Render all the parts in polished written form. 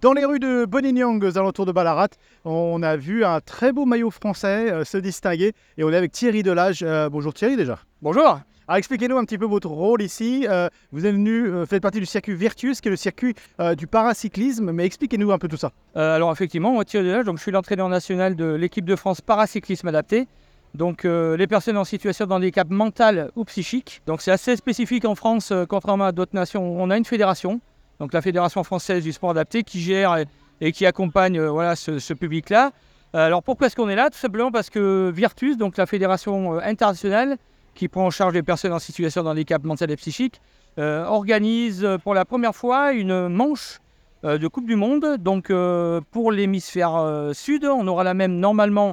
Dans les rues de Bonignong, aux alentours de Ballarat, on a vu un très beau maillot français se distinguer et on est avec Thierry Delage. Bonjour Thierry déjà. Bonjour. Alors expliquez-nous un petit peu votre rôle ici. Vous êtes venu, faites partie du circuit Virtus, qui est le circuit du paracyclisme, mais expliquez-nous un peu tout ça. Alors effectivement, moi Thierry Delage, donc je suis l'entraîneur national de l'équipe de France paracyclisme adapté. Donc les personnes en situation de handicap mental ou psychique. Donc c'est assez spécifique en France, contrairement à d'autres nations. On a une fédération, donc la Fédération française du sport adapté, qui gère et qui accompagne ce public-là. Alors pourquoi est-ce qu'on est là? Tout simplement parce que Virtus, donc la fédération internationale qui prend en charge les personnes en situation de handicap mental et psychique, organise pour la première fois une manche de Coupe du Monde. Donc pour l'hémisphère sud, on aura la même normalement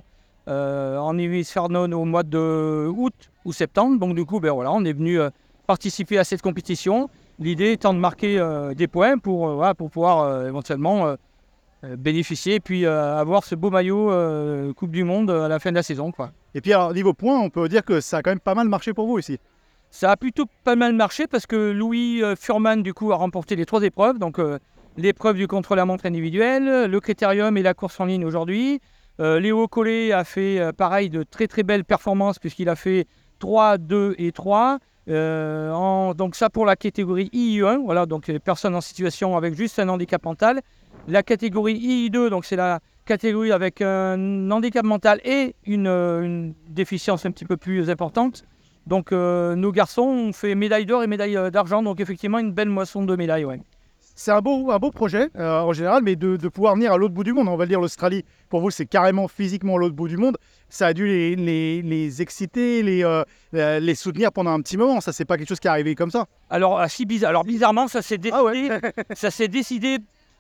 en hémisphère nord au mois de août ou septembre. Donc du coup, on est venu participer à cette compétition. L'idée étant de marquer des points pour pouvoir éventuellement bénéficier et puis avoir ce beau maillot Coupe du Monde à la fin de la saison, quoi. Et puis alors, niveau points, on peut dire que ça a quand même pas mal marché pour vous ici. Ça a plutôt pas mal marché parce que Louis Furman du coup a remporté les 3 épreuves. Donc l'épreuve du contre-la-montre individuel, le critérium et la course en ligne aujourd'hui. Léo Collet a fait pareil de très très belles performances puisqu'il a fait 3, 2 et 3. Donc ça pour la catégorie II1, voilà, donc les personnes en situation avec juste un handicap mental. La catégorie II2, donc c'est la catégorie avec un handicap mental et une déficience un petit peu plus importante. Donc nos garçons ont fait médaille d'or et médaille d'argent, donc effectivement une belle moisson de médailles. Ouais. C'est un beau projet en général, mais de pouvoir venir à l'autre bout du monde, on va le dire l'Australie, pour vous c'est carrément physiquement l'autre bout du monde, ça a dû les exciter, les soutenir pendant un petit moment, ça c'est pas quelque chose qui est arrivé comme ça. Alors bizarrement ça s'est décidé, ça s'est décidé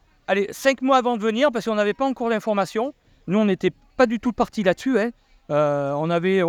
5 mois avant de venir parce qu'on n'avait pas encore d'informations. Nous on n'était pas du tout partis là-dessus. On avait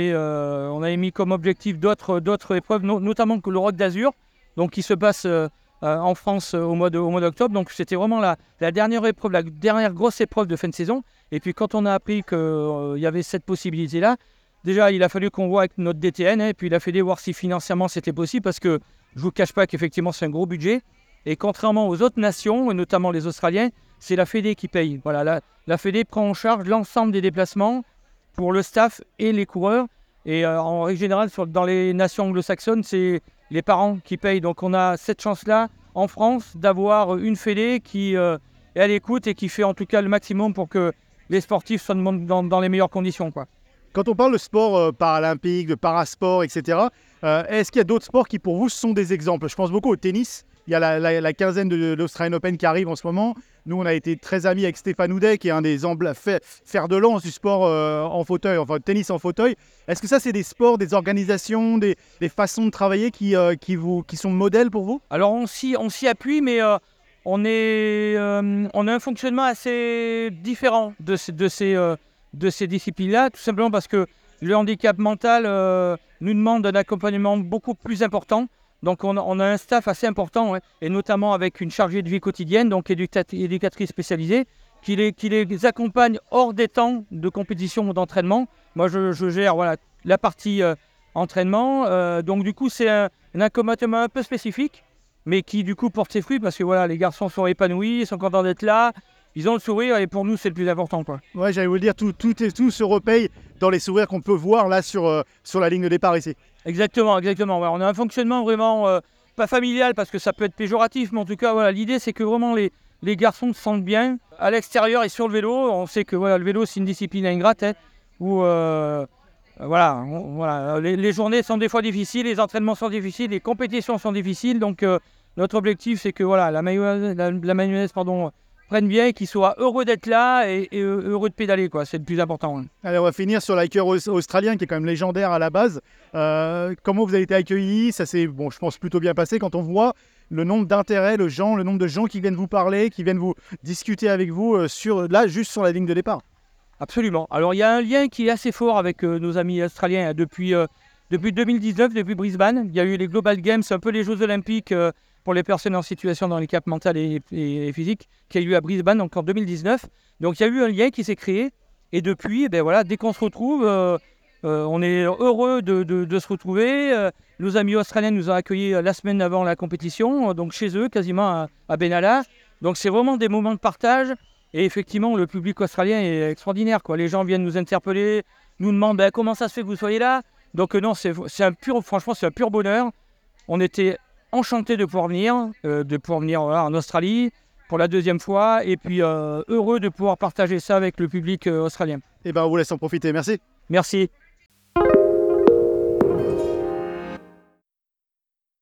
mis comme objectif d'autres épreuves, notamment que le Rock d'Azur, donc qui se passe en France au mois d'octobre. Donc c'était vraiment la dernière épreuve, la dernière grosse épreuve de fin de saison. Et puis quand on a appris qu'il y avait cette possibilité-là, déjà il a fallu qu'on voit avec notre DTN, et puis il a fallu voir si financièrement c'était possible, parce que je ne vous cache pas qu'effectivement c'est un gros budget. Et contrairement aux autres nations, et notamment les Australiens, c'est la Fédé qui paye. Voilà, la Fédé prend en charge l'ensemble des déplacements pour le staff et les coureurs. Et en règle générale, dans les nations anglo-saxonnes, c'est les parents qui payent. Donc on a cette chance-là en France d'avoir une Fédé qui est à l'écoute et qui fait en tout cas le maximum pour que les sportifs soient dans les meilleures conditions, quoi. Quand on parle de sport paralympique, de parasport, etc., est-ce qu'il y a d'autres sports qui pour vous sont des exemples? Je pense beaucoup au tennis. Il y a la quinzaine de l'Australian Open qui arrive en ce moment. Nous, on a été très amis avec Stéphane Houdet, qui est un des fers de lance du sport en fauteuil, enfin tennis en fauteuil. Est-ce que ça, c'est des sports, des organisations, des façons de travailler qui sont modèles pour vous? Alors, on s'y appuie, mais on a un fonctionnement assez différent de ces disciplines-là, tout simplement parce que le handicap mental nous demande un accompagnement beaucoup plus important. Donc on a un staff assez important, et notamment avec une chargée de vie quotidienne, donc éducatrice spécialisée, qui les accompagne hors des temps de compétition ou d'entraînement. Moi je gère la partie entraînement, donc du coup c'est un accompagnement un peu spécifique, mais qui du coup porte ses fruits, parce que les garçons sont épanouis, ils sont contents d'être là, ils ont le sourire, et pour nous c'est le plus important, quoi. Ouais, j'allais vous le dire, tout se repaye dans les sourires qu'on peut voir là sur la ligne de départ ici. Exactement. Ouais. On a un fonctionnement vraiment pas familial, parce que ça peut être péjoratif, mais en tout cas l'idée c'est que vraiment les garçons se sentent bien à l'extérieur et sur le vélo. On sait que le vélo c'est une discipline ingrate, où les journées sont des fois difficiles, les entraînements sont difficiles, les compétitions sont difficiles. Donc notre objectif c'est que la mayonnaise prenne bien, et qu'ils soient heureux d'être là et heureux de pédaler, quoi. C'est le plus important. Allez, on va finir sur l'hiker australien qui est quand même légendaire à la base. Comment vous avez été accueillis? Ça s'est, je pense, plutôt bien passé quand on voit le nombre d'intérêts, le nombre de gens qui viennent vous parler, qui viennent vous discuter avec vous juste sur la ligne de départ. Absolument. Alors il y a un lien qui est assez fort avec nos amis australiens depuis 2019, depuis Brisbane. Il y a eu les Global Games, un peu les Jeux Olympiques pour les personnes en situation de handicap mental et physique, qui a eu lieu à Brisbane, donc en 2019. Donc il y a eu un lien qui s'est créé, et depuis, dès qu'on se retrouve, on est heureux de se retrouver. Nos amis australiens nous ont accueillis la semaine avant la compétition, donc chez eux, quasiment à Benalla. Donc c'est vraiment des moments de partage. Et effectivement, le public australien est extraordinaire, quoi. Les gens viennent nous interpeller, nous demandent comment ça se fait que vous soyez là. Donc non, franchement, c'est un pur bonheur. On était enchantés de pouvoir venir, voilà, en Australie pour la deuxième fois. Et puis heureux de pouvoir partager ça avec le public australien. Et ben on vous laisse en profiter. Merci. Merci.